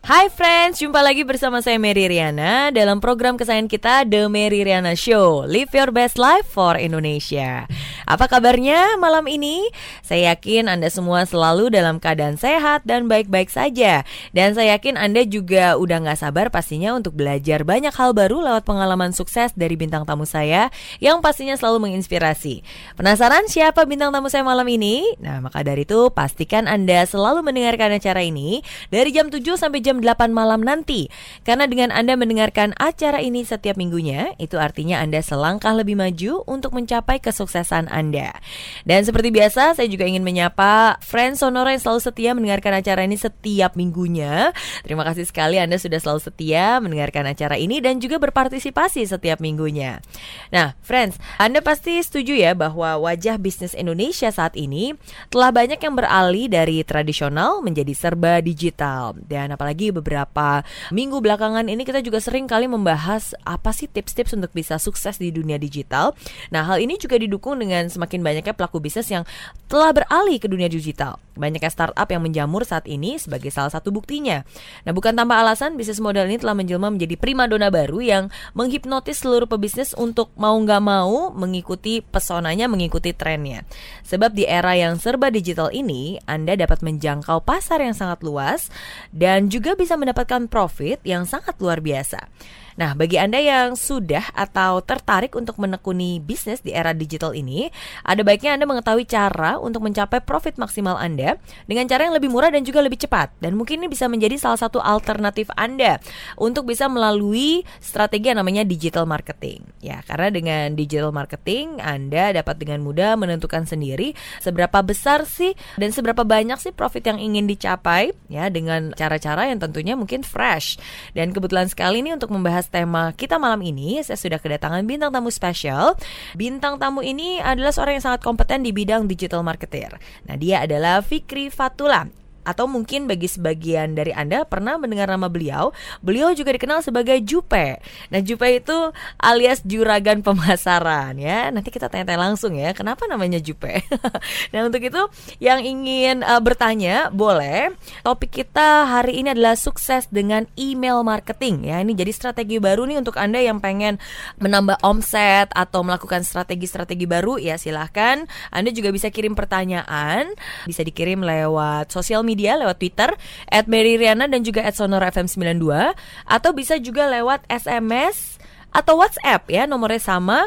Hai friends, jumpa lagi bersama saya Mary Riana dalam program kesayangan kita The Mary Riana Show. Live your best life for Indonesia. Apa kabarnya malam ini? Saya yakin Anda semua selalu dalam keadaan sehat dan baik-baik saja. Dan saya yakin Anda juga udah gak sabar pastinya untuk belajar banyak hal baru lewat pengalaman sukses dari bintang tamu saya yang pastinya selalu menginspirasi. Penasaran siapa bintang tamu saya malam ini? Nah, maka dari itu pastikan Anda selalu mendengarkan acara ini dari jam 7 sampai jam 8 malam nanti. Karena dengan Anda mendengarkan acara ini setiap minggunya, itu artinya Anda selangkah lebih maju untuk mencapai kesuksesan Anda. Dan seperti biasa, saya juga ingin menyapa friends Sonora yang selalu setia mendengarkan acara ini setiap minggunya. Terima kasih sekali Anda sudah selalu setia mendengarkan acara ini dan juga berpartisipasi setiap minggunya. Nah, friends, Anda pasti setuju ya bahwa wajah bisnis Indonesia saat ini telah banyak yang beralih dari tradisional menjadi serba digital. Dan apalagi beberapa minggu belakangan ini kita juga sering kali membahas apa sih tips-tips untuk bisa sukses di dunia digital. Nah, hal ini juga didukung dengan semakin banyaknya pelaku bisnis yang telah beralih ke dunia digital. Banyaknya startup yang menjamur saat ini sebagai salah satu buktinya. Nah, bukan tanpa alasan bisnis model ini telah menjelma menjadi primadona baru yang menghipnotis seluruh pebisnis untuk mau gak mau mengikuti pesonanya, mengikuti trennya. Sebab di era yang serba digital ini, Anda dapat menjangkau pasar yang sangat luas dan juga bisa mendapatkan profit yang sangat luar biasa. Nah, bagi Anda yang sudah atau tertarik untuk menekuni bisnis di era digital ini, ada baiknya Anda mengetahui cara untuk mencapai profit maksimal Anda dengan cara yang lebih murah dan juga lebih cepat. Dan mungkin ini bisa menjadi salah satu alternatif Anda untuk bisa melalui strategi yang namanya digital marketing. Ya, karena dengan digital marketing Anda dapat dengan mudah menentukan sendiri seberapa besar sih dan seberapa banyak sih profit yang ingin dicapai ya dengan cara-cara yang tentunya mungkin fresh. Dan kebetulan sekali ini untuk membahas tema kita malam ini, saya sudah kedatangan bintang tamu spesial. Bintang tamu ini adalah seorang yang sangat kompeten di bidang digital marketer. Nah, dia adalah Fikri Fatullah. Atau mungkin bagi sebagian dari Anda pernah mendengar nama beliau. Beliau juga dikenal sebagai Jupe. Nah, Jupe itu alias juragan pemasaran ya. Nanti kita tanya-tanya langsung ya, kenapa namanya Jupe. Nah, untuk itu yang ingin bertanya boleh. Topik kita hari ini adalah sukses dengan email marketing ya. Ini jadi strategi baru nih untuk Anda yang pengen menambah omset atau melakukan strategi-strategi baru ya, silahkan. Anda juga bisa kirim pertanyaan, bisa dikirim lewat sosial media, lewat Twitter @MaryRiana dan juga @SonoraFM92, atau bisa juga lewat SMS atau WhatsApp ya, nomornya sama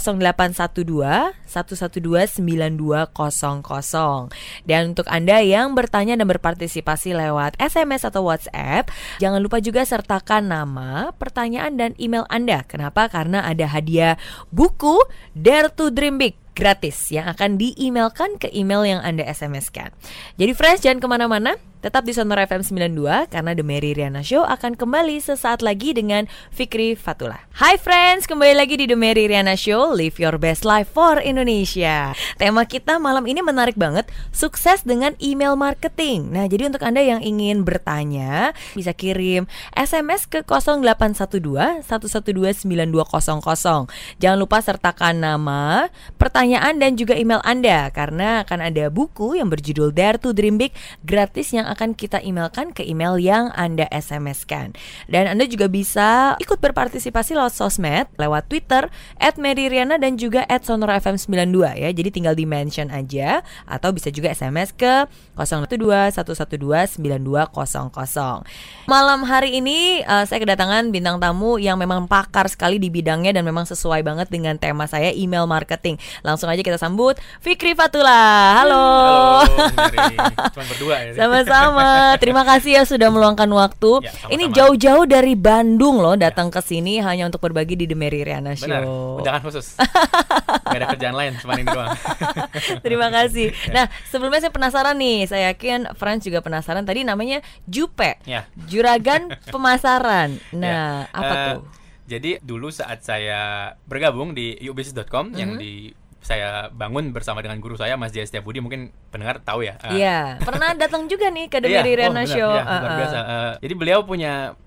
0812 112 9200. Dan untuk Anda yang bertanya dan berpartisipasi lewat SMS atau WhatsApp, jangan lupa juga sertakan nama, pertanyaan dan email Anda. Kenapa? Karena ada hadiah buku Dare to Dream Big gratis yang akan di-emailkan ke email yang Anda SMS-kan. Jadi friends, jangan kemana-mana, tetap di Sonora FM 92 karena The Mary Riana Show akan kembali sesaat lagi dengan Fikri Fatullah. Hai friends, kembali lagi di The Mary Riana Show, Live your best life for Indonesia. Tema kita malam ini menarik banget, sukses dengan email marketing. Nah, jadi untuk Anda yang ingin bertanya, bisa kirim SMS ke 0812 112 9200. Jangan lupa sertakan nama, pertanyaan dan juga email Anda karena akan ada buku yang berjudul Dare to Dream Big gratis yang akan kita emailkan ke email yang Anda SMS-kan. Dan Anda juga bisa ikut berpartisipasi lewat sosmed, lewat Twitter @MaryRiana dan juga @SonoraFM92 ya. Jadi tinggal di-mention aja atau bisa juga SMS ke 012 112 9200. Malam hari ini saya kedatangan bintang tamu yang memang pakar sekali di bidangnya dan memang sesuai banget dengan tema saya, email marketing. Langsung aja kita sambut Fikri Fatullah. Halo. Mary. Cuma berdua ya. Sama-sama. Terima kasih ya sudah meluangkan waktu. Ya, sama-sama. Ini jauh-jauh dari Bandung loh datang ke sini hanya untuk berbagi di The Mary Riana Show. Benar, undangan khusus. Gak ada kerjaan lain, cuma ini doang. Terima kasih. Nah, sebelumnya saya penasaran nih. Saya yakin Franz juga penasaran. Tadi namanya Jupe, Ya. juragan pemasaran. Nah, Ya. apa tuh? Jadi dulu saat saya bergabung di youbusiness.com yang saya bangun bersama dengan guru saya Mas Jaya Setiabudi, mungkin pendengar tahu ya. Iya, pernah datang juga nih ke The Mary Riana Show. Iya, luar biasa. Jadi beliau punya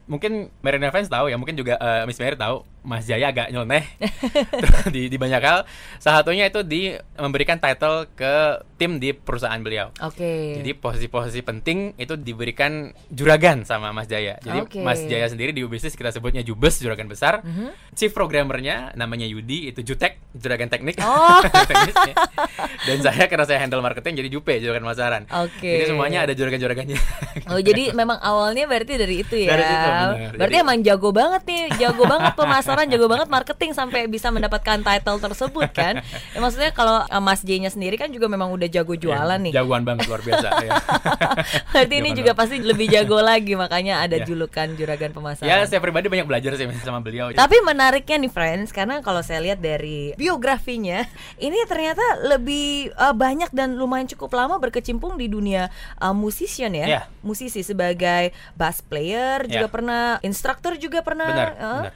mungkin Meridiana fans tahu ya, mungkin juga Miss Mary tahu Mas Jaya agak nyeleneh terus di banyak hal. Salah satunya itu memberikan title ke tim di perusahaan beliau. Jadi posisi-posisi penting itu diberikan juragan sama Mas Jaya. Jadi Mas Jaya sendiri di bisnis kita sebutnya Jubes, juragan besar. Chief programmernya namanya Yudi, itu Jutek, juragan teknik. Teknisnya. Dan saya karena saya handle marketing jadi Jupe, juragan pemasaran. Jadi semuanya ada juragan-juragannya. Jadi memang awalnya berarti dari itu ya. Dari situ, benar. Berarti Jadi, emang jago banget nih, jago banget pemasaran, jago banget marketing sampai bisa mendapatkan title tersebut kan. Ya, maksudnya kalau Mas J-nya sendiri kan juga memang udah jago jualan nih. Jagoan banget, luar biasa ya. Berarti ini juga pasti lebih jago lagi, makanya ada julukan juragan pemasaran. Ya, saya pribadi banyak belajar sih sama beliau. Tapi menariknya nih friends, karena kalau saya lihat dari biografinya, ini ternyata lebih banyak dan lumayan cukup lama berkecimpung di dunia musician ya. Musisi sebagai bass player juga pernah, instruktur juga pernah. Benar.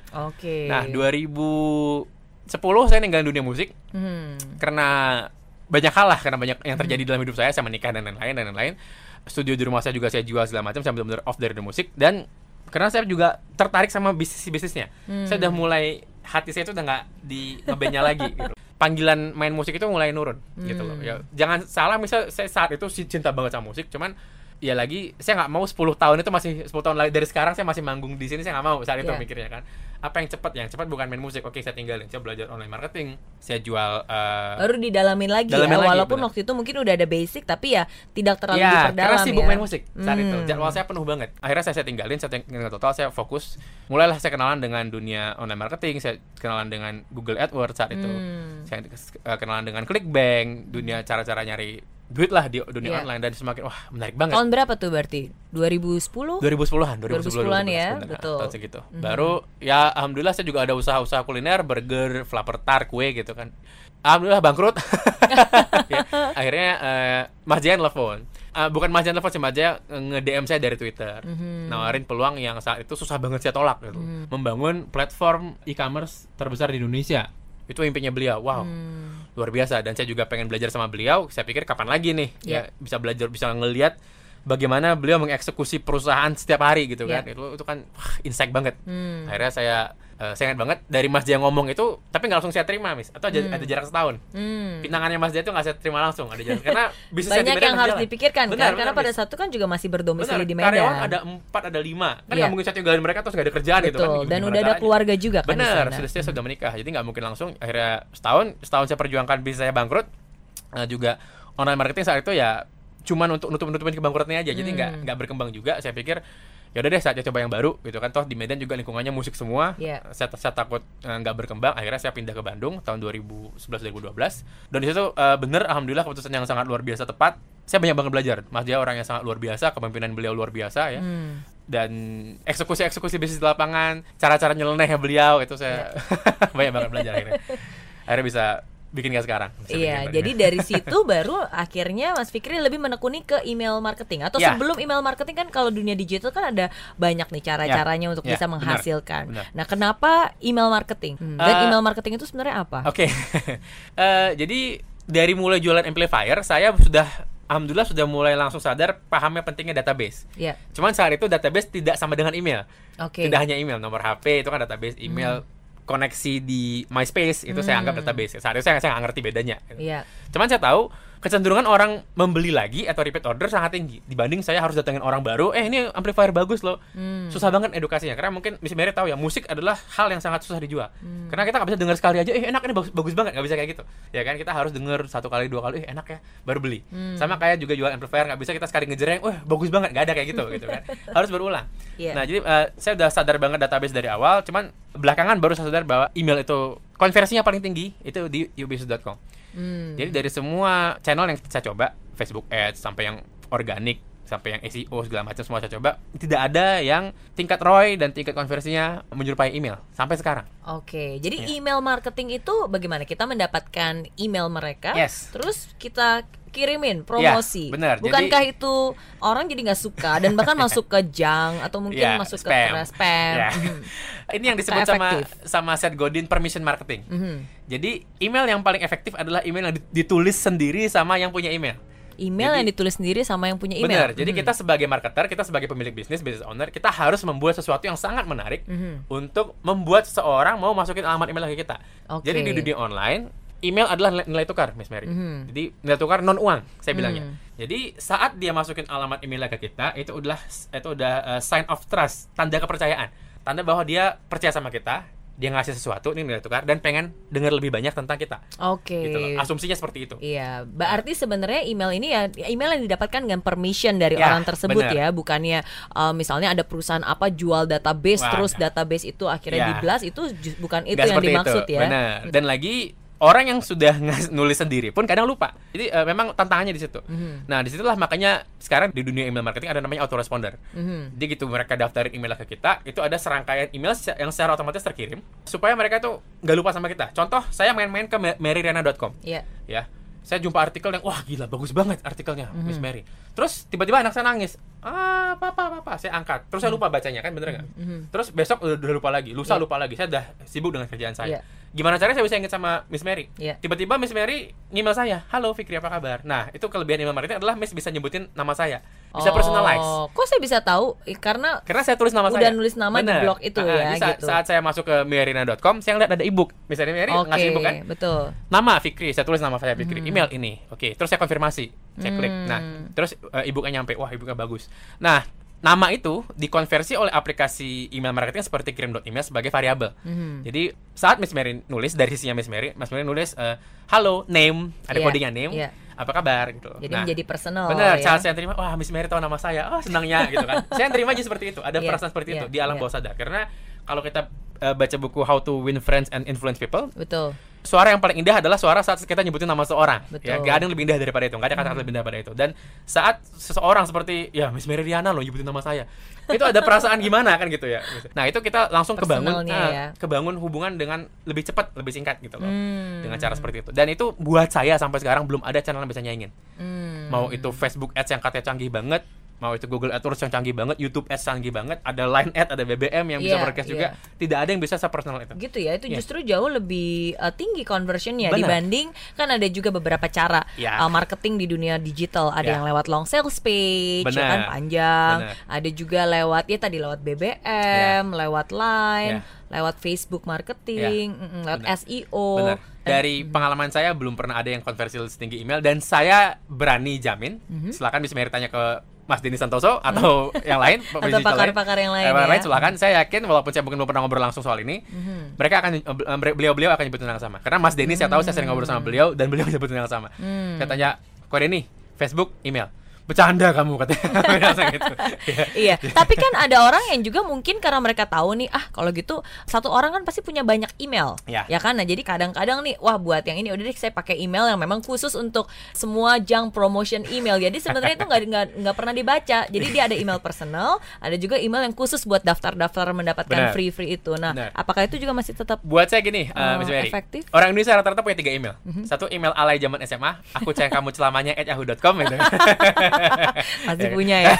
Nah, 2010 saya ninggalin dunia musik karena banyak hal lah, karena banyak yang terjadi dalam hidup saya menikah dan lain-lain. Studio di rumah saya juga saya jual segala macam, saya benar-benar off dari musik. Dan karena saya juga tertarik sama bisnisnya, saya udah mulai, hati saya itu udah nggak di ngebandnya lagi gitu. Panggilan main musik itu mulai nurun gitu loh. Ya, jangan salah, misal saya saat itu cinta banget sama musik, cuman ya lagi saya nggak mau 10 tahun itu masih 10 tahun lagi dari sekarang saya masih manggung di sini, saya nggak mau saat itu mikirnya kan. Apa yang cepat bukan main musik. Oke, saya tinggalin, saya belajar online marketing, saya jual baru didalamin lagi ya, walaupun bener. waktu itu mungkin udah ada basic tapi ya tidak terlalu diperdalam karena sibuk ya. main musik saat itu, jadwal saya penuh banget. Akhirnya saya tinggalin total, saya fokus. Mulailah saya kenalan dengan dunia online marketing, saya kenalan dengan Google AdWords saat itu. Saya kenalan dengan ClickBank, dunia cara-cara nyari duit lah di dunia online, dan semakin menarik banget. Tahun berapa tuh berarti? 2010? 2010-an ya, bener, betul. tahun segitu. Baru ya alhamdulillah saya juga ada usaha-usaha kuliner, burger, flapper tart, kue gitu kan. Alhamdulillah bangkrut. Ya, akhirnya Mas Jaya telepon. Bukan Mas Jaya telepon sih, Mas Jaya nge-DM saya dari Twitter. Nawarin peluang yang saat itu susah banget saya tolak gitu. Membangun platform e-commerce terbesar di Indonesia. Itu impiannya beliau. Wow. Luar biasa, dan saya juga pengen belajar sama beliau. Saya pikir kapan lagi nih ya bisa belajar, bisa ngelihat bagaimana beliau mengeksekusi perusahaan setiap hari gitu kan. Itu kan insight banget. Akhirnya saya ingat banget dari Mas Jaya ngomong itu, tapi nggak langsung saya terima, Miss. Atau ada jarak setahun. Pinangannya Mas Jaya itu nggak saya terima langsung, ada jarak. Karena bisnis banyak yang harus dipikirkan benar, kan, karena pada saat itu kan juga masih berdomisili di Medan. Karyawan ada 4, ada 5. Kan nggak mungkin saya tinggalin mereka terus nggak ada kerjaan gitu kan. Dan udah ada keluarga juga kan. Benar, sudah menikah. Jadi nggak mungkin langsung. Akhirnya setahun saya perjuangkan bisnis saya bangkrut. Juga online marketing saat itu ya cuman untuk nutupin kebangkrutannya aja. Jadi nggak berkembang juga. Saya pikir ya udah deh, saatnya coba yang baru gitu kan. Toh di Medan juga lingkungannya musik semua. Saya takut nggak berkembang. Akhirnya saya pindah ke Bandung tahun 2011-2012. Dan di situ bener, alhamdulillah keputusan yang sangat luar biasa tepat. Saya banyak banget belajar. Mas Jaya orang yang sangat luar biasa, kepemimpinan beliau luar biasa ya. Dan eksekusi bisnis di lapangan, cara-cara nyeleneh beliau itu saya banyak banget belajar akhirnya bisa bikin kayak sekarang. Iya, jadi dari situ baru akhirnya Mas Fikri lebih menekuni ke email marketing. Atau sebelum email marketing kan kalau dunia digital kan ada banyak nih cara-caranya untuk bisa menghasilkan. Benar. Nah, kenapa email marketing? Dan email marketing itu sebenarnya apa? Oke. Jadi dari mulai jualan amplifier, saya alhamdulillah sudah mulai langsung sadar pahamnya pentingnya database. Cuman saat itu database tidak sama dengan email. Tidak hanya email, nomor HP itu kan database, email koneksi di MySpace itu saya anggap database. Saat itu saya nggak ngerti bedanya. Cuman saya tahu kecenderungan orang membeli lagi atau repeat order sangat tinggi dibanding saya harus datengin orang baru. Ini amplifier bagus loh. Susah banget edukasinya, karena mungkin Miss Mary tahu ya, musik adalah hal yang sangat susah dijual. Karena kita nggak bisa dengar sekali aja, enak, ini bagus banget, nggak bisa kayak gitu. Ya kan, kita harus dengar 1 kali 2 kali, enak ya, baru beli. Sama kayak juga jual amplifier, nggak bisa kita sekali ngejereng, bagus banget, nggak ada kayak gitu kan. Harus berulang. Nah jadi saya udah sadar banget database dari awal. Cuman belakangan baru saya sadar bahwa email itu konversinya paling tinggi itu di ubusiness.com. Jadi dari semua channel yang saya coba, Facebook Ads sampai yang organik, sampai yang SEO segala macam, semua saya coba, tidak ada yang tingkat ROI dan tingkat konversinya menyerupai email sampai sekarang. Jadi email marketing itu bagaimana kita mendapatkan email mereka, terus kita kirimin promosi. Benar. Bukankah itu orang jadi nggak suka dan bahkan masuk ke junk atau mungkin masuk spam. ke spam. Ini yang disebut sama Seth Godin permission marketing. Jadi email yang paling efektif adalah email yang ditulis sendiri sama yang punya email. Email yang ditulis sendiri sama yang punya email. Benar. Jadi kita sebagai marketer, kita sebagai pemilik bisnis, business owner, kita harus membuat sesuatu yang sangat menarik untuk membuat seseorang mau masukin alamat email ke kita. Jadi di dunia online, email adalah nilai tukar, Miss Mary. Jadi nilai tukar non uang, saya bilangnya. Jadi saat dia masukin alamat email ke kita, itu udah sign of trust, tanda kepercayaan, tanda bahwa dia percaya sama kita, dia ngasih sesuatu, ini nilai tukar, dan pengen dengar lebih banyak tentang kita. Gitu loh. Asumsinya seperti itu. Iya, berarti sebenarnya email ini ya email yang didapatkan dengan permission dari orang tersebut, bener. Ya, bukannya misalnya ada perusahaan apa jual database, terus database itu akhirnya di-blast, itu bukan itu yang dimaksud itu. Ya. Benar. Dan lagi orang yang sudah nulis sendiri pun kadang lupa. Jadi memang tantangannya di situ. Nah, disitulah makanya sekarang di dunia email marketing ada namanya autoresponder. Jadi gitu mereka daftarin email ke kita, itu ada serangkaian email yang secara otomatis terkirim supaya mereka tuh nggak lupa sama kita. Contoh, saya main-main ke maryriana.com. Ya. Saya jumpa artikel yang wah gila bagus banget artikelnya, Miss Mary. Terus tiba-tiba anak saya nangis. Papa, saya angkat. Terus saya lupa bacanya, kan bener nggak? Terus besok udah lupa lagi, lusa lupa lagi. Saya udah sibuk dengan kerjaan saya. Gimana caranya saya bisa ingat sama Miss Mary? Tiba-tiba Miss Mary email saya, halo Fikri apa kabar? Nah, itu kelebihan email marketing adalah Miss bisa nyebutin nama saya, bisa personalize. Kok saya bisa tahu? Karena saya tulis nama udah saya. Nulis nama di blog itu ya. Gitu. Saat saya masuk ke maryriana.com, saya ngeliat ada ebook. Misalnya Mary ngasih ebook kan? Betul. Nama Fikri, saya tulis nama saya Fikri. Email ini, oke. Terus saya konfirmasi, saya klik. Nah, terus ebooknya nyampe, wah ebooknya bagus. Nah, nama itu dikonversi oleh aplikasi email marketing seperti kirim.email sebagai variabel. Jadi saat Miss Mary nulis, dari sisinya Miss Mary nulis halo, name, ada codingnya name, apa kabar gitu. Jadi menjadi personal. Benar, saat saya terima, wah Miss Mary tahu nama saya, senangnya gitu kan. Saya terima aja seperti itu, ada perasaan seperti itu di alam bawah sadar. Karena kalau kita baca buku How to Win Friends and Influence People, betul. Suara yang paling indah adalah suara saat kita nyebutin nama seorang. Ya, gak ada yang lebih indah daripada itu, gak ada kata-kata lebih indah daripada itu. Dan saat seseorang seperti ya Miss Mary Riana loh nyebutin nama saya, itu ada perasaan gimana kan gitu ya. Nah itu kita langsung kebangun hubungan dengan lebih cepat, lebih singkat gitu loh, dengan cara seperti itu. Dan itu buat saya sampai sekarang belum ada channel yang bisa nyaingin. Mau itu Facebook Ads yang katanya canggih banget, mau itu Google AdWords yang canggih banget, YouTube Ads canggih banget, ada Line Ad, ada BBM yang bisa broadcast juga. Tidak ada yang bisa sepersonal itu. Gitu ya, itu justru jauh lebih tinggi conversionnya dibanding kan ada juga beberapa cara marketing di dunia digital. Ada yang lewat long sales page, ya kan panjang. Ada juga lewat lewat BBM, lewat Line, lewat Facebook marketing, lewat SEO. Dari pengalaman saya belum pernah ada yang konversi setinggi email, dan saya berani jamin, silakan bisa tanya ke Mas Denny Santoso atau yang lain, atau pakar-pakar yang lain silakan. Saya yakin walaupun saya mungkin belum pernah ngobrol langsung soal ini, mereka akan beliau akan nyebutin yang sama. Karena Mas Denny saya tahu, saya sering ngobrol sama beliau dan beliau nyebutin yang sama. Saya tanya, "Kok Denny, Facebook, email?" Bercanda kamu katanya. Gitu. Iya, tapi kan ada orang yang juga mungkin karena mereka tahu nih, kalau gitu satu orang kan pasti punya banyak email, ya kan? Nah jadi kadang-kadang nih, wah buat yang ini udah deh saya pakai email yang memang khusus untuk semua junk promotion email. Jadi sebenarnya itu nggak pernah dibaca. Jadi dia ada email personal, ada juga email yang khusus buat daftar-daftar mendapatkan free itu. Nah, apakah itu juga masih tetap buat saya gini, Miss Mary, efektif? Orang Indonesia rata-rata punya 3 email. Satu email alay zaman SMA, aku sayang kamu selamanya @yahoo.com gitu. Masih punya ya.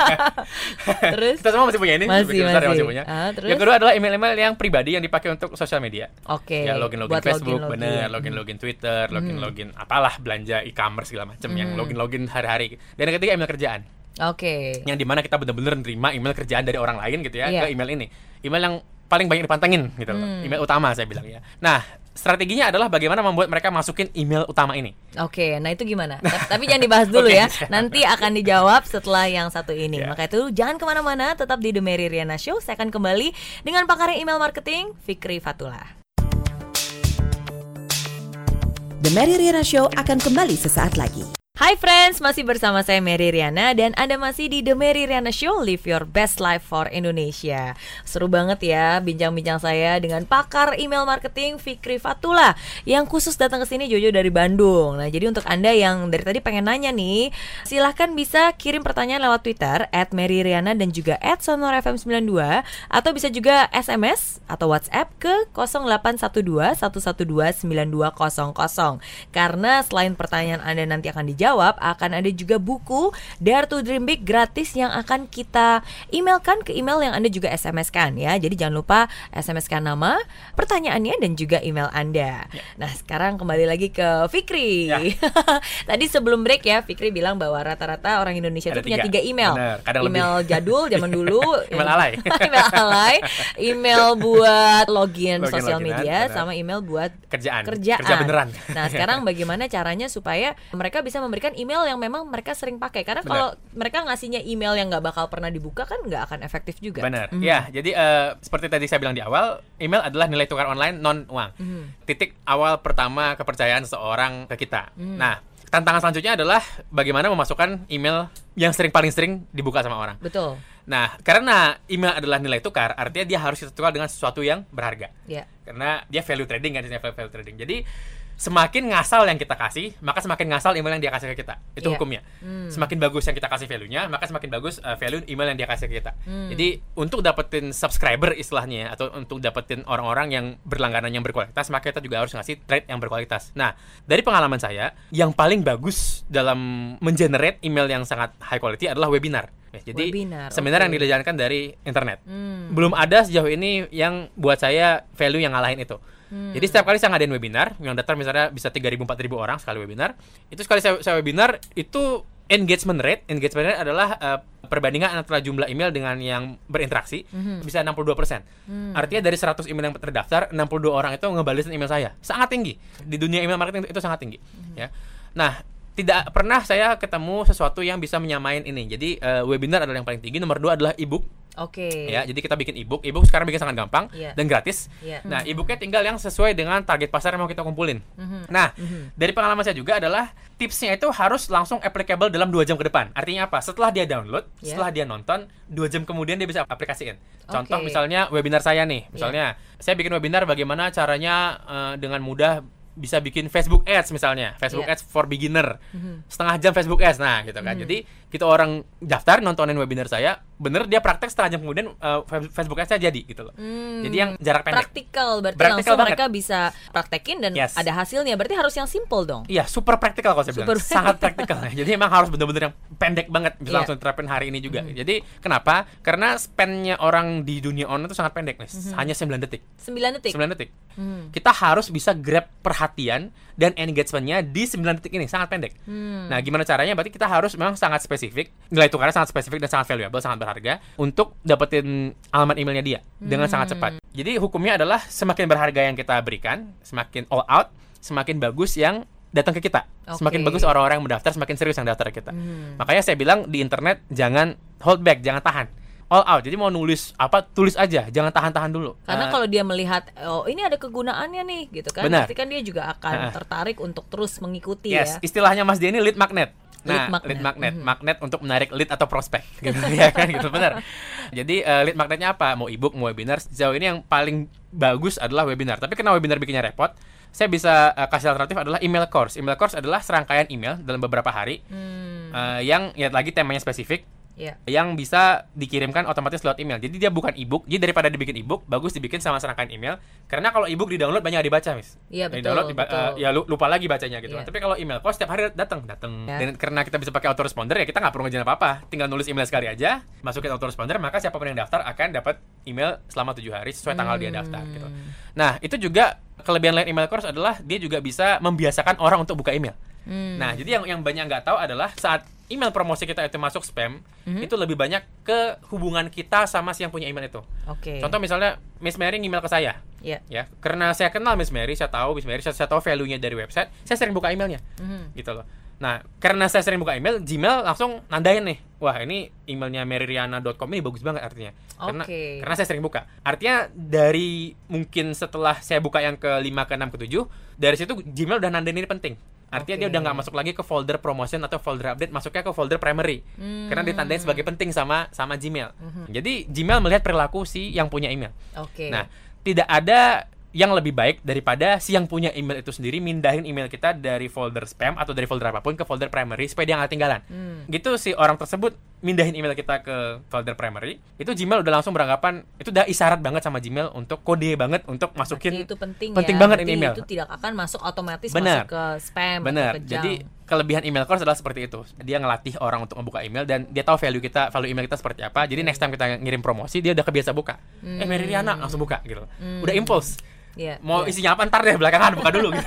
Terus kita semua masih punya ini, masih punya. Terus? Yang kedua adalah email-email yang pribadi yang dipakai untuk sosial media. Ya login Facebook, bener, login Twitter, login apalah belanja e-commerce segala macam, yang login hari-hari. Dan yang ketiga email kerjaan. Yang dimana kita benar-benar nerima email kerjaan dari orang lain gitu ya, ke email ini. Email yang paling banyak dipantengin gitu loh. Email utama saya bilang ya. Nah, strateginya adalah bagaimana membuat mereka masukin email utama ini. Nah itu gimana? Tapi jangan dibahas dulu ya. Nanti akan dijawab setelah yang satu ini. Maka itu jangan kemana-mana, tetap di The Mary Riana Show. Saya akan kembali dengan pakar email marketing, Fikri Fatullah. The Mary Riana Show akan kembali sesaat lagi. Hai friends, masih bersama saya Mary Riana dan Anda masih di The Mary Riana Show, Live Your Best Life for Indonesia. Seru banget ya bincang-bincang saya dengan pakar email marketing Fikri Fatullah yang khusus datang ke sini Jojo dari Bandung. Nah, jadi untuk Anda yang dari tadi pengen nanya nih, silahkan bisa kirim pertanyaan lewat Twitter @maryriana dan juga @sonorfm92, atau bisa juga SMS atau WhatsApp ke 0812 112 9200. Karena selain pertanyaan Anda nanti akan dijawab, menjawab, akan ada juga buku Dare to Dream Big gratis yang akan kita emailkan ke email yang Anda juga SMS-kan ya. Jadi jangan lupa SMS-kan nama, pertanyaannya dan juga email Anda. Nah, sekarang kembali lagi ke Fikri. Tadi sebelum break ya, Fikri bilang bahwa rata-rata orang Indonesia itu punya 3 email. Email lebih jadul zaman dulu, email alay. Email buat login sosial media, sama email buat kerja beneran. Nah, sekarang bagaimana caranya supaya mereka bisa memberikan email yang memang mereka sering pakai? Karena kalau mereka ngasihnya email yang nggak bakal pernah dibuka kan nggak akan efektif juga. Benar. Ya, jadi seperti tadi saya bilang di awal, email adalah nilai tukar online non uang. Titik awal pertama kepercayaan seseorang ke kita. Nah, tantangan selanjutnya adalah bagaimana memasukkan email yang paling sering dibuka sama orang. Betul. Nah, karena email adalah nilai tukar, artinya dia harus ditukar dengan sesuatu yang berharga. Karena dia value trading kan, value trading. Jadi semakin ngasal yang kita kasih, maka semakin ngasal email yang dia kasih ke kita. Itu hukumnya. Semakin bagus yang kita kasih value-nya, maka semakin bagus value email yang dia kasih ke kita. Jadi untuk dapetin subscriber istilahnya, atau untuk dapetin orang-orang yang berlangganan yang berkualitas, maka kita juga harus ngasih trade yang berkualitas. Nah, dari pengalaman saya, yang paling bagus dalam mengenerate email yang sangat high quality adalah webinar. Jadi seminar yang dijalankan dari internet. Belum ada sejauh ini yang buat saya value yang ngalahin itu. Jadi setiap kali saya ngadain webinar, yang daftar misalnya bisa 3.000, 4.000 orang sekali webinar. Itu sekali saya webinar, itu engagement rate adalah perbandingan antara jumlah email dengan yang berinteraksi, bisa 62%. Artinya dari 100 email yang terdaftar, 62 orang itu ngebalesin email saya. Sangat tinggi. Di dunia email marketing itu sangat tinggi. Ya. Nah, tidak pernah saya ketemu sesuatu yang bisa menyamain ini. Jadi webinar adalah yang paling tinggi. Nomor 2 adalah ebook. Ya, jadi kita bikin ebook. Ebook sekarang bikin sangat gampang dan gratis. Nah, ebooknya tinggal yang sesuai dengan target pasar yang mau kita kumpulin. Nah, dari pengalaman saya juga adalah tipsnya itu harus langsung applicable dalam 2 jam ke depan. Artinya apa? Setelah dia download, setelah dia nonton, 2 jam kemudian dia bisa aplikasiin. Contoh misalnya webinar saya nih. Misalnya saya bikin webinar bagaimana caranya dengan mudah bisa bikin Facebook Ads misalnya, Facebook Ads for beginner, setengah jam Facebook Ads, nah gitu kan. Jadi kita orang daftar nontonin webinar saya, bener dia praktek setengah jam kemudian Facebook Ads-nya jadi gitu loh. Jadi yang jarak pendek. Praktikal, berarti langsung banget. Mereka bisa praktekin dan ada hasilnya. Berarti harus yang simple dong. Iya, super praktikal kalau saya bilang, sangat praktikal. Jadi emang harus bener-bener yang pendek banget, bisa langsung terapin hari ini juga. Jadi kenapa? Karena span-nya orang di dunia online itu sangat pendek nih, hanya 9 detik. 9 detik. Kita harus bisa grab perhatian dan engagement-nya di 9 detik ini, sangat pendek. Nah, gimana caranya? Berarti kita harus memang sangat spesifik, nilai tukarnya sangat spesifik dan sangat valuable, sangat berharga untuk dapetin alamat emailnya dia dengan sangat cepat. Jadi hukumnya adalah semakin berharga yang kita berikan, semakin all out, semakin bagus yang datang ke kita. Semakin bagus orang-orang yang mendaftar, semakin serius yang daftar ke kita. Makanya saya bilang di internet jangan hold back, jangan tahan. All out. Jadi mau nulis apa, tulis aja, jangan tahan-tahan dulu. Karena kalau dia melihat oh ini ada kegunaannya nih gitu kan, berarti kan dia juga akan tertarik untuk terus mengikuti ya. Istilahnya Mas Denny lead magnet. Nah, lead magnet, magnet untuk menarik lead atau prospek gitu ya kan, gitu benar. Jadi lead magnetnya apa? Mau ebook, mau webinar. Sejauh ini yang paling bagus adalah webinar. Tapi kenapa webinar bikinnya repot? Saya bisa kasih alternatif adalah email course. Email course adalah serangkaian email dalam beberapa hari yang ya lagi temanya spesifik. Yang bisa dikirimkan otomatis lewat email. Jadi dia bukan ebook. Jadi daripada dibikin ebook, bagus dibikin sama serangkaian email. Karena kalau ebook di-download banyak dibaca, Miss. Iya, betul. Di-download ya lupa lagi bacanya gitu. Tapi kalau email kok setiap hari datang. Dan karena kita bisa pakai autoresponder ya kita nggak perlu ngerjain apa-apa. Tinggal nulis email sekali aja, masukin autoresponder, maka siapapun yang daftar akan dapat email selama 7 hari sesuai tanggal dia daftar gitu. Nah, itu juga kelebihan lain email course adalah dia juga bisa membiasakan orang untuk buka email. Nah, jadi yang banyak nggak tahu adalah saat email promosi kita itu masuk spam, itu lebih banyak ke hubungan kita sama si yang punya email itu. Contoh misalnya Miss Mary email ke saya, ya, karena saya kenal Miss Mary, saya tahu Miss Mary, saya tahu value-nya dari website, saya sering buka emailnya, gitu loh. Nah, karena saya sering buka email, Gmail langsung nandain nih, wah ini emailnya maryriana.com ini bagus banget artinya, karena saya sering buka. Artinya dari mungkin setelah saya buka yang ke 5, ke 6, ke 7, dari situ Gmail udah nandain ini penting. Artinya dia udah nggak masuk lagi ke folder promotion atau folder update, masuknya ke folder primary, karena ditandain sebagai penting sama Gmail. Jadi Gmail melihat perilaku si yang punya email. Nah, tidak ada yang lebih baik daripada si yang punya email itu sendiri mindahin email kita dari folder spam atau dari folder apapun ke folder primary supaya dia nggak ketinggalan. Gitu si orang tersebut mindahin email kita ke folder primary, itu Gmail udah langsung beranggapan itu udah isyarat banget sama Gmail untuk kode banget untuk masukin. Berarti itu penting banget ini email. Itu tidak akan masuk otomatis masuk ke spam atau ke junk. Jadi kelebihan email course adalah seperti itu. Dia ngelatih orang untuk membuka email dan dia tahu value email kita seperti apa. Jadi next time kita ngirim promosi dia udah kebiasa buka. Mary Riana langsung buka gitu. Udah impulse. Mau isinya apa ntar deh belakangan buka dulu gitu.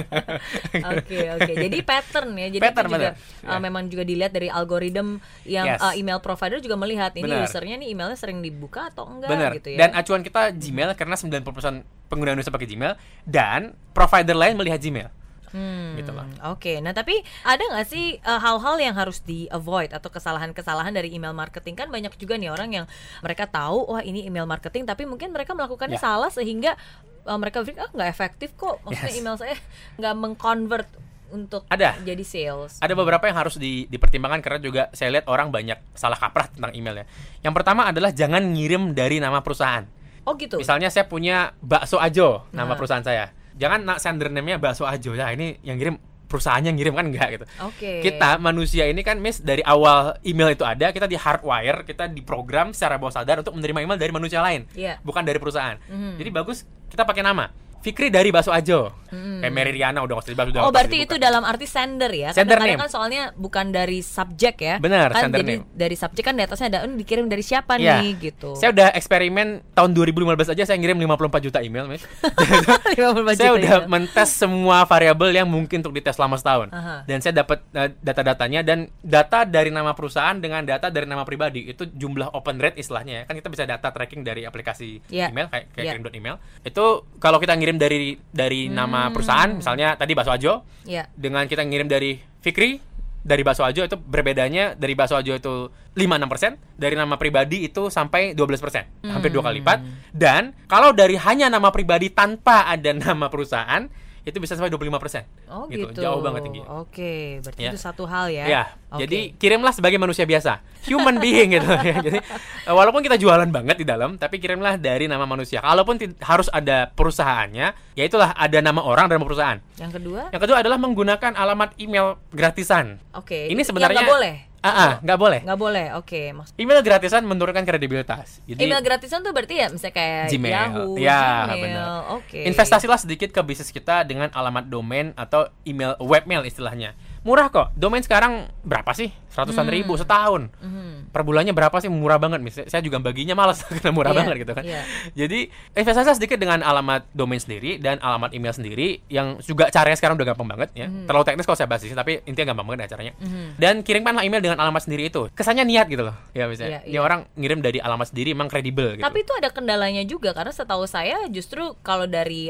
Oke. Jadi pattern ya. Jadi pattern, itu juga memang juga dilihat dari algoritma yang email provider juga melihat ini usernya nih emailnya sering dibuka atau enggak gitu ya. Dan acuan kita Gmail karena 90% pengguna Indonesia pakai Gmail dan provider lain melihat Gmail. Gitu loh. Oke. Nah tapi ada nggak sih hal-hal yang harus di avoid atau kesalahan-kesalahan dari email marketing? Kan banyak juga nih orang yang mereka tahu wah ini email marketing tapi mungkin mereka melakukannya salah sehingga mereka berpikir nggak efektif kok. Maksudnya email saya nggak mengconvert untuk jadi sales. Ada beberapa yang harus dipertimbangkan karena juga saya lihat orang banyak salah kaprah tentang email ya. Yang pertama adalah jangan ngirim dari nama perusahaan. Oh gitu. Misalnya saya punya Bakso Ajo nama perusahaan saya. Jangan sender name-nya Bakso Ajo ya, ini yang ngirim perusahaannya ngirim kan enggak gitu. Kita manusia ini kan dari awal email itu ada, kita di hardwire, kita diprogram secara bawah sadar untuk menerima email dari manusia lain, bukan dari perusahaan. Jadi bagus kita pakai nama. Fikri dari Bakso Ajo. Kayak Mary Riana udah nggak usah dibahas. Oh berarti itu dalam arti sender ya? Kadang-kadang kan soalnya bukan dari subjek ya. Benar, kan sender jadi name. Dari subjek kan di atasnya ada dikirim dari siapa nih gitu. Saya udah eksperimen tahun 2015 aja saya ngirim 54 juta email, Miss. 54 saya juta udah email. mentes semua variabel yang mungkin untuk dites selama setahun. Dan saya dapat data-datanya dan data dari nama perusahaan dengan data dari nama pribadi itu jumlah open rate istilahnya ya. Kan kita bisa data tracking dari aplikasi email kayak kirim.email. Itu kalau kita ngirim dari nama perusahaan, misalnya tadi Bakso Ajo, dengan kita ngirim dari Fikri dari Bakso Ajo itu berbedanya dari Bakso Ajo itu 5-6%, dari nama pribadi itu sampai 12%, hampir 2 kali lipat. Dan kalau dari hanya nama pribadi tanpa ada nama perusahaan itu bisa sampai 25%. Oh gitu. Jauh banget tinggi. Oke, berarti itu satu hal ya. Jadi kirimlah sebagai manusia biasa, human being gitu ya. Jadi walaupun kita jualan banget di dalam, tapi kirimlah dari nama manusia. Kalaupun harus ada perusahaannya, ya itulah ada nama orang dan nama perusahaan. Yang kedua adalah menggunakan alamat email gratisan. Ini sebenarnya nggak boleh. Nggak boleh. Nggak boleh, oke. Email gratisan menurunkan kredibilitas. Jadi, email gratisan tuh berarti ya misalnya kayak Gmail. Yahoo, Gmail. Oke. Investasilah sedikit ke bisnis kita dengan alamat domain atau email webmail istilahnya. Murah kok. Domain sekarang berapa sih? 100-an ribu setahun. Per bulannya berapa sih? Murah banget. Misalnya saya juga baginya malas karena murah banget gitu kan. Jadi investasi sedikit dengan alamat domain sendiri dan alamat email sendiri yang juga caranya sekarang udah gampang banget ya. Terlalu teknis kalau saya bahas sih, tapi intinya gampang banget ya caranya. Dan kirimkanlah email dengan alamat sendiri itu. Kesannya niat gitu loh. Ya misalnya ini orang ngirim dari alamat sendiri emang kredibel gitu. Tapi itu ada kendalanya juga karena setahu saya justru kalau dari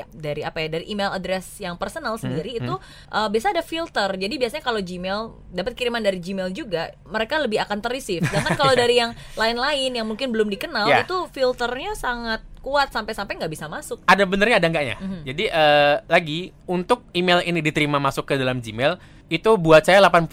email address yang personal sendiri itu biasa ada filter. Jadi biasanya kalau Gmail dapat kiriman dari Gmail juga, mereka lebih akan ter-receive. Sedangkan kalau dari yang lain-lain yang mungkin belum dikenal itu filternya sangat kuat sampai-sampai nggak bisa masuk. Ada benernya ada enggaknya. Jadi lagi untuk email ini diterima masuk ke dalam Gmail itu buat saya 80%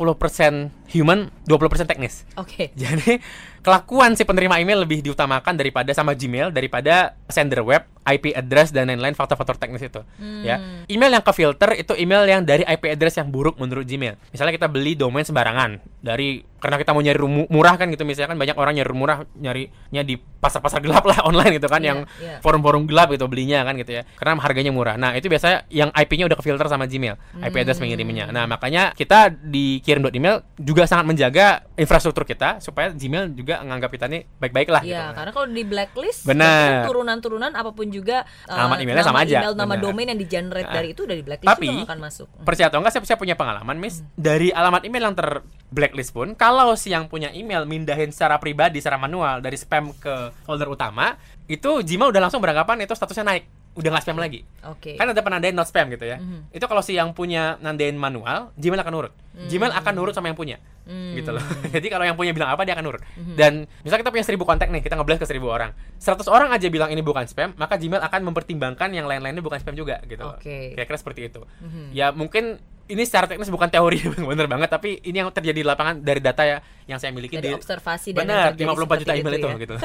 human, 20% teknis. Jadi kelakuan si penerima email lebih diutamakan daripada sama Gmail, daripada sender web, IP address dan lain-lain faktor-faktor teknis itu. Ya, email yang ke filter itu email yang dari IP address yang buruk menurut Gmail. Misalnya kita beli domain sembarangan karena kita mau nyari murah kan gitu, misalnya kan banyak orang nyari murah nyarinya di pasar-pasar gelap lah online gitu kan, yang forum-forum gelap gitu belinya kan gitu ya, karena harganya murah. Nah itu biasanya yang IP-nya udah ke filter sama Gmail, IP address pengirimannya. Nah makanya kita di kirim.email juga sangat menjaga infrastruktur kita supaya Gmail juga nganggap kita nih baik-baik lah gitu. Karena kalau di blacklist turunan-turunan apapun juga alamat emailnya sama aja, nama domain yang di-generate dari itu udah di blacklist. Tapi juga akan masuk. Percaya atau enggak, saya punya pengalaman, Miss. Dari alamat email yang blacklist pun, kalau si yang punya email mindahin secara pribadi, secara manual dari spam ke folder utama, itu Gmail udah langsung beranggapan itu statusnya naik, udah nggak spam lagi. Kan ada penandain not spam gitu ya. Itu kalau si yang punya nandain manual, Gmail akan nurut. Gmail akan nurut sama yang punya. Gitu loh. Jadi kalau yang punya bilang apa, dia akan nurut. Dan misalnya kita punya 1000 kontak nih, kita nge-blast ke 1000 orang. 100 orang aja bilang ini bukan spam, maka Gmail akan mempertimbangkan yang lain-lainnya bukan spam juga gitu loh. Kira-kira seperti itu. Ya mungkin ini secara teknis bukan teori bener banget, tapi ini yang terjadi di lapangan dari data yang saya miliki dari observasi dan benar 54 juta email itu ya? gitu.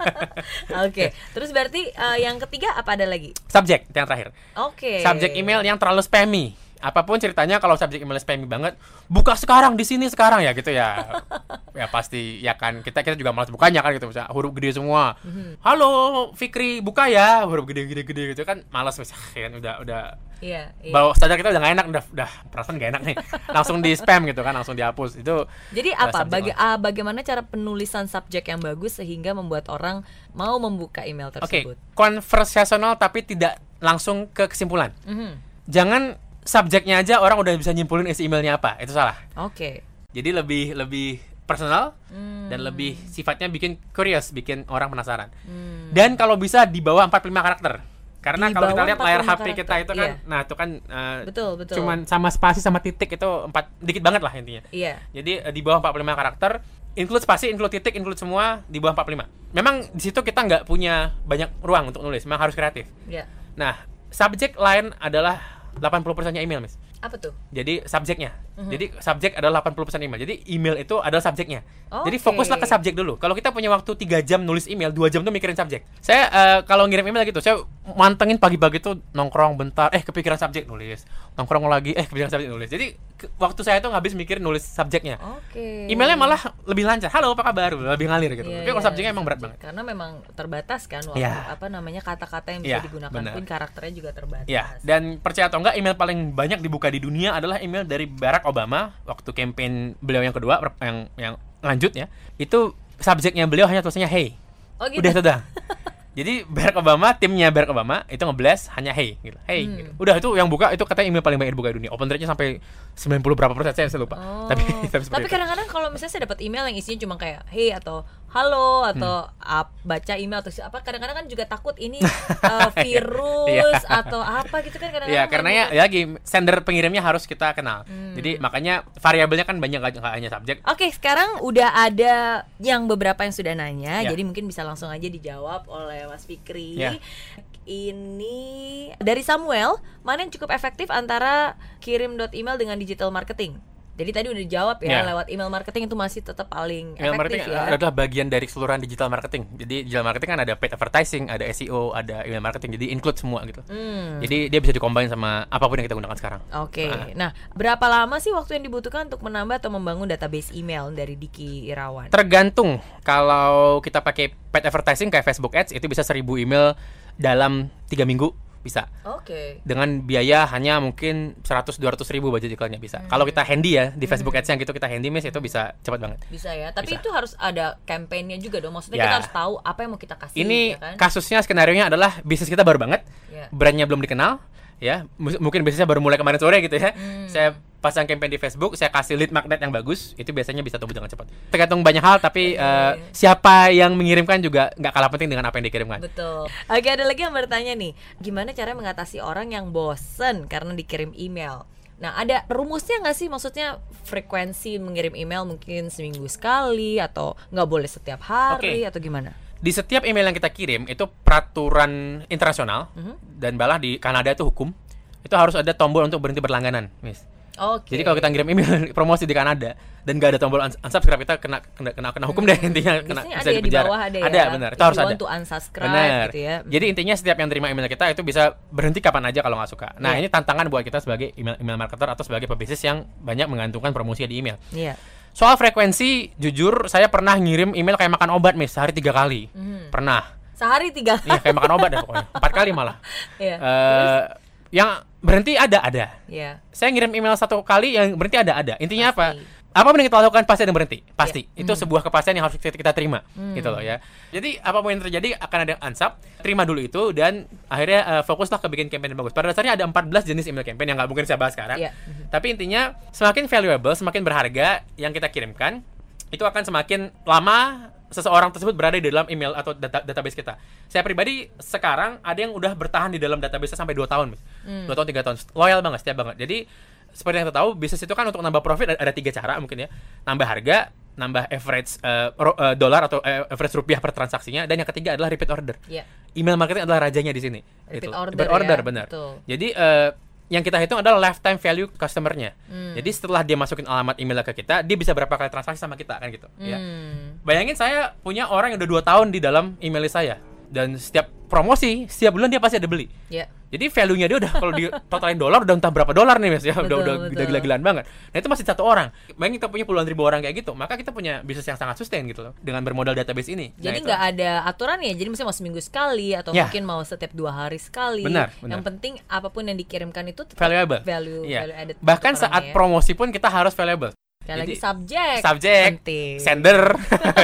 Terus berarti yang ketiga apa ada lagi? Subjek yang terakhir. Subjek email yang terlalu spammy. apapun ceritanya kalau subjek email spammy banget, buka sekarang di sini sekarang ya gitu ya. Ya pasti ya kan kita juga malas bukanya kan gitu, misalnya huruf gede semua. Halo Fikri, buka ya, huruf gede gitu kan malas misalnya kan udah. Iya. Bawa sadar kita udah gak enak, udah perasaan gak enak nih. Langsung di spam gitu kan, langsung dihapus. Itu. Jadi apa? Bagaimana cara penulisan subjek yang bagus sehingga membuat orang mau membuka email tersebut? Konversasional tapi tidak langsung ke kesimpulan. Jangan subjeknya aja orang udah bisa nyimpulin isi emailnya apa, itu salah. Jadi lebih personal dan lebih sifatnya bikin curious, bikin orang penasaran. Dan kalau bisa di bawah 45 karakter. Karena kalau kita lihat layar HP kita itu kan, nah itu kan betul. cuman sama spasi sama titik itu dikit banget lah intinya. Jadi di bawah 45 karakter, include spasi, include titik, include semua di bawah 45. Memang di situ kita nggak punya banyak ruang untuk nulis, memang harus kreatif. Nah, subjek lain adalah 80%-nya email, Miss. Apa tuh? Jadi subjeknya. Jadi subjek adalah 80% email. Jadi email itu adalah subjeknya. Jadi fokuslah ke subjek dulu. Kalau kita punya waktu 3 jam nulis email, 2 jam tuh mikirin subjek. Saya kalau ngirim email gitu, saya mantengin pagi-pagi tuh nongkrong bentar, kepikiran subjek nulis. Nongkrong lagi, kepikiran subjek nulis. Jadi waktu saya tuh habis mikirin nulis subjeknya. Emailnya malah lebih lancar. Halo, apa kabar? Lebih ngalir gitu. Tapi kalau subjeknya emang berat banget. Karena memang terbatas kan kata-kata yang bisa digunakan pun karakternya juga terbatas. Dan percaya atau enggak, email paling banyak dibuka di dunia adalah email dari Barack Obama waktu campaign beliau yang kedua yang lanjut ya. Itu subjeknya beliau hanya tulisannya hey. Gitu. Udah itu dah. Jadi Barack Obama, timnya Barack Obama itu nge-blast hanya hey gitu. Hey gitu. Udah itu yang buka itu katanya email paling banyak dibuka di dunia. Open rate-nya sampai 90 berapa persen saya lupa. Tapi kadang-kadang kalau misalnya saya dapat email yang isinya cuma kayak hey atau halo atau baca email atau apa, kadang-kadang kan juga takut ini virus atau apa gitu kan kadang-kadang. Karena lagi sender pengirimnya harus kita kenal. Jadi makanya variabelnya kan banyak, nggak hanya subjek. Sekarang udah ada yang beberapa yang sudah nanya, jadi mungkin bisa langsung aja dijawab oleh Mas Fikri. Ini dari Samuel, mana yang cukup efektif antara kirim email dengan digital marketing? Jadi tadi udah dijawab lewat email marketing itu masih tetap paling email efektif marketing adalah bagian dari keseluruhan digital marketing. Jadi digital marketing kan ada paid advertising, ada SEO, ada email marketing. Jadi include semua gitu. Jadi dia bisa dikombin sama apapun yang kita gunakan sekarang. Nah, berapa lama sih waktu yang dibutuhkan untuk menambah atau membangun database email dari Diki Irawan? Tergantung. Kalau kita pakai paid advertising kayak Facebook Ads itu bisa 1000 email dalam 3 minggu. Bisa. Dengan biaya hanya mungkin 100-200 ribu budget iklannya bisa. Kalau kita handy ya di Facebook Ads yang gitu kita handy, Miss, itu bisa cepat banget. Bisa ya. Tapi itu harus ada campaign-nya juga dong. Maksudnya kita harus tahu apa yang mau kita kasih. Ini kasusnya, skenario-nya adalah bisnis kita baru banget, brandnya belum dikenal. Ya, mungkin bisnisnya baru mulai kemarin sore gitu ya. Saya pasang campaign di Facebook, saya kasih lead magnet yang bagus, itu biasanya bisa tumbuh dengan cepat. Tergantung banyak hal, tapi siapa yang mengirimkan juga nggak kalah penting dengan apa yang dikirimkan. Betul. Ada lagi yang bertanya nih, gimana cara mengatasi orang yang bosen karena dikirim email? Nah, ada rumusnya nggak sih? Maksudnya frekuensi mengirim email mungkin seminggu sekali atau nggak boleh setiap hari atau gimana? Di setiap email yang kita kirim itu peraturan internasional dan malah di Kanada itu hukum, itu harus ada tombol untuk berhenti berlangganan, Miss. Jadi kalau kita ngirim email promosi di Kanada dan nggak ada tombol unsubscribe, kita kena hukum deh intinya, bisa di penjara. Bawah ada benar, itu harus ada. Benar. Gitu ya. Jadi intinya setiap yang terima email kita itu bisa berhenti kapan aja kalau nggak suka. Nah, ini tantangan buat kita sebagai email marketer atau sebagai pebisnis yang banyak menggantungkan promosi di email. Soal frekuensi, jujur saya pernah ngirim email kayak makan obat, Miss, sehari 3 kali. Pernah. Sehari 3 kali? Iya, kayak makan obat dah pokoknya. 4 kali malah. Yang berhenti ada. Saya ngirim email 1 kali yang berhenti ada. Intinya pasti. Apapun yang kita lakukan pasti ada yang berhenti. Pasti. Itu sebuah kepastian yang harus kita terima. Gitu loh ya. Jadi apapun yang terjadi akan ada yang unsub. Terima dulu itu dan akhirnya fokuslah ke bikin campaign yang bagus. Pada dasarnya ada 14 jenis email campaign yang nggak mungkin saya bahas sekarang. Tapi intinya semakin valuable, semakin berharga yang kita kirimkan, itu akan semakin lama seseorang tersebut berada di dalam email atau database kita. Saya pribadi sekarang ada yang udah bertahan di dalam database sampai 2 tahun. 2 tahun, 3 tahun. Loyal banget, setia banget. Jadi seperti yang kita tahu, bisnis itu kan untuk nambah profit ada 3 cara mungkin ya. Nambah harga, nambah average dolar atau average rupiah per transaksinya, dan yang ketiga adalah repeat order. Email marketing adalah rajanya di sini. Repeat order benar. Betul. Jadi yang kita hitung adalah lifetime value customer-nya. Jadi setelah dia masukin alamat email ke kita, dia bisa berapa kali transaksi sama kita kan gitu. Ya. Bayangin saya punya orang yang udah 2 tahun di dalam email saya, dan setiap promosi, setiap bulan dia pasti ada beli. Jadi value-nya dia udah kalau di totalin dolar udah entah berapa dolar nih Mas ya. Udah gila-gilaan banget. Nah, itu masih satu orang. Bayangin kita punya puluhan ribu orang kayak gitu, maka kita punya bisnis yang sangat sustain gitu loh dengan bermodal database ini. Jadi nggak ada aturan ya. Jadi misalnya mau seminggu sekali atau mungkin mau setiap 2 hari sekali. Benar. Yang penting apapun yang dikirimkan itu tetap valuable. Value added. Bahkan saat promosi pun kita harus valuable. Lagi subjek, sender,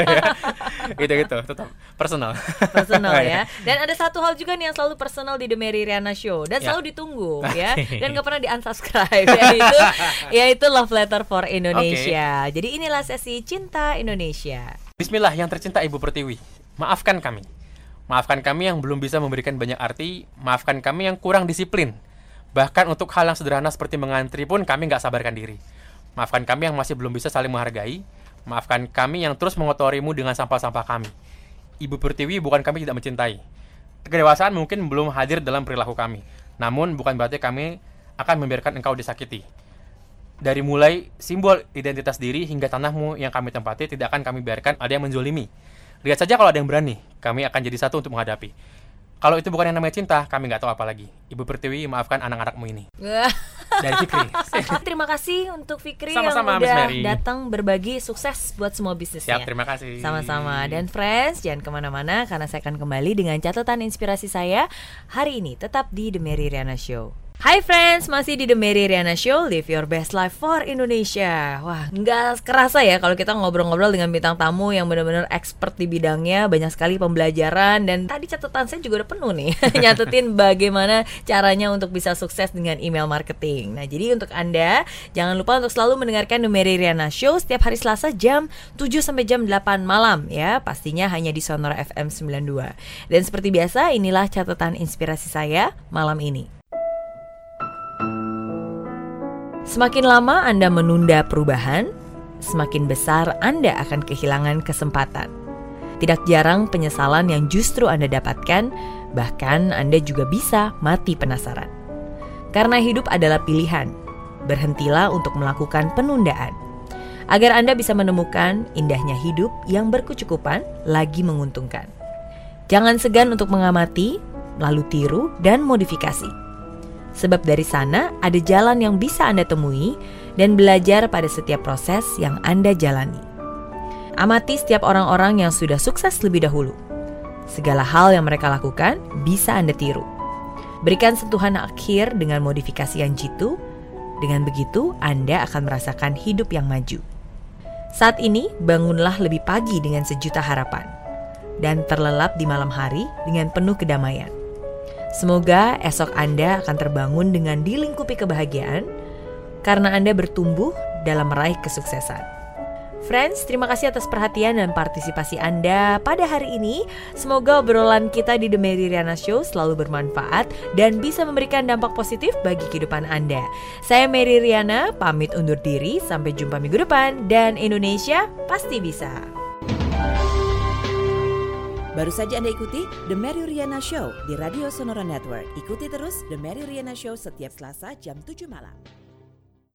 gitu, tetap personal ya. Dan ada satu hal juga nih yang selalu personal di The Mary Riana Show dan selalu ditunggu ya, dan nggak pernah di unsubscribe yaitu Love Letter for Indonesia. Jadi inilah sesi Cinta Indonesia. Bismillah yang tercinta Ibu Pertiwi, maafkan kami yang belum bisa memberikan banyak arti, maafkan kami yang kurang disiplin, bahkan untuk hal yang sederhana seperti mengantri pun kami nggak sabarkan diri. Maafkan kami yang masih belum bisa saling menghargai. Maafkan kami yang terus mengotorimu dengan sampah-sampah kami. Ibu Pertiwi, bukan kami tidak mencintai. Kedewasaan mungkin belum hadir dalam perilaku kami. Namun bukan berarti kami akan membiarkan engkau disakiti. Dari mulai simbol identitas diri hingga tanahmu yang kami tempati, tidak akan kami biarkan ada yang menzolimi. Lihat saja kalau ada yang berani, kami akan jadi satu untuk menghadapi. Kalau itu bukan yang namanya cinta, kami nggak tahu apa lagi. Ibu Pertiwi, maafkan anak-anakmu ini. Dari Fikri. Terima kasih untuk Fikri sama-sama, yang udah datang berbagi sukses buat semua bisnisnya. Siap, terima kasih. Sama-sama. Dan friends, jangan kemana-mana karena saya akan kembali dengan catatan inspirasi saya hari ini. Tetap di The Mary Riana Show. Hai friends, masih di The Mary Riana Show, Live Your Best Life for Indonesia. Wah, nggak kerasa ya kalau kita ngobrol-ngobrol dengan bintang tamu yang benar-benar expert di bidangnya. Banyak sekali pembelajaran dan tadi catatan saya juga udah penuh nih nyatetin bagaimana caranya untuk bisa sukses dengan email marketing. Nah, jadi untuk Anda, jangan lupa untuk selalu mendengarkan The Mary Riana Show setiap hari Selasa jam 7 sampai jam 8 malam ya. Pastinya hanya di Sonora FM 92. Dan seperti biasa, inilah catatan inspirasi saya malam ini. Semakin lama Anda menunda perubahan, semakin besar Anda akan kehilangan kesempatan. Tidak jarang penyesalan yang justru Anda dapatkan, bahkan Anda juga bisa mati penasaran. Karena hidup adalah pilihan, berhentilah untuk melakukan penundaan. Agar Anda bisa menemukan indahnya hidup yang berkecukupan lagi menguntungkan. Jangan segan untuk mengamati, lalu tiru dan modifikasi. Sebab dari sana ada jalan yang bisa Anda temui dan belajar pada setiap proses yang Anda jalani. Amati setiap orang-orang yang sudah sukses lebih dahulu. Segala hal yang mereka lakukan bisa Anda tiru. Berikan sentuhan akhir dengan modifikasi yang jitu. Dengan begitu Anda akan merasakan hidup yang maju. Saat ini bangunlah lebih pagi dengan sejuta harapan dan terlelap di malam hari dengan penuh kedamaian. Semoga esok Anda akan terbangun dengan dilingkupi kebahagiaan karena Anda bertumbuh dalam meraih kesuksesan. Friends, terima kasih atas perhatian dan partisipasi Anda pada hari ini. Semoga obrolan kita di The Mary Riana Show selalu bermanfaat dan bisa memberikan dampak positif bagi kehidupan Anda. Saya Mary Riana, pamit undur diri. Sampai jumpa minggu depan dan Indonesia pasti bisa. Baru saja Anda ikuti The Mary Riana Show di Radio Sonora Network. Ikuti terus The Mary Riana Show setiap Selasa jam 7 malam.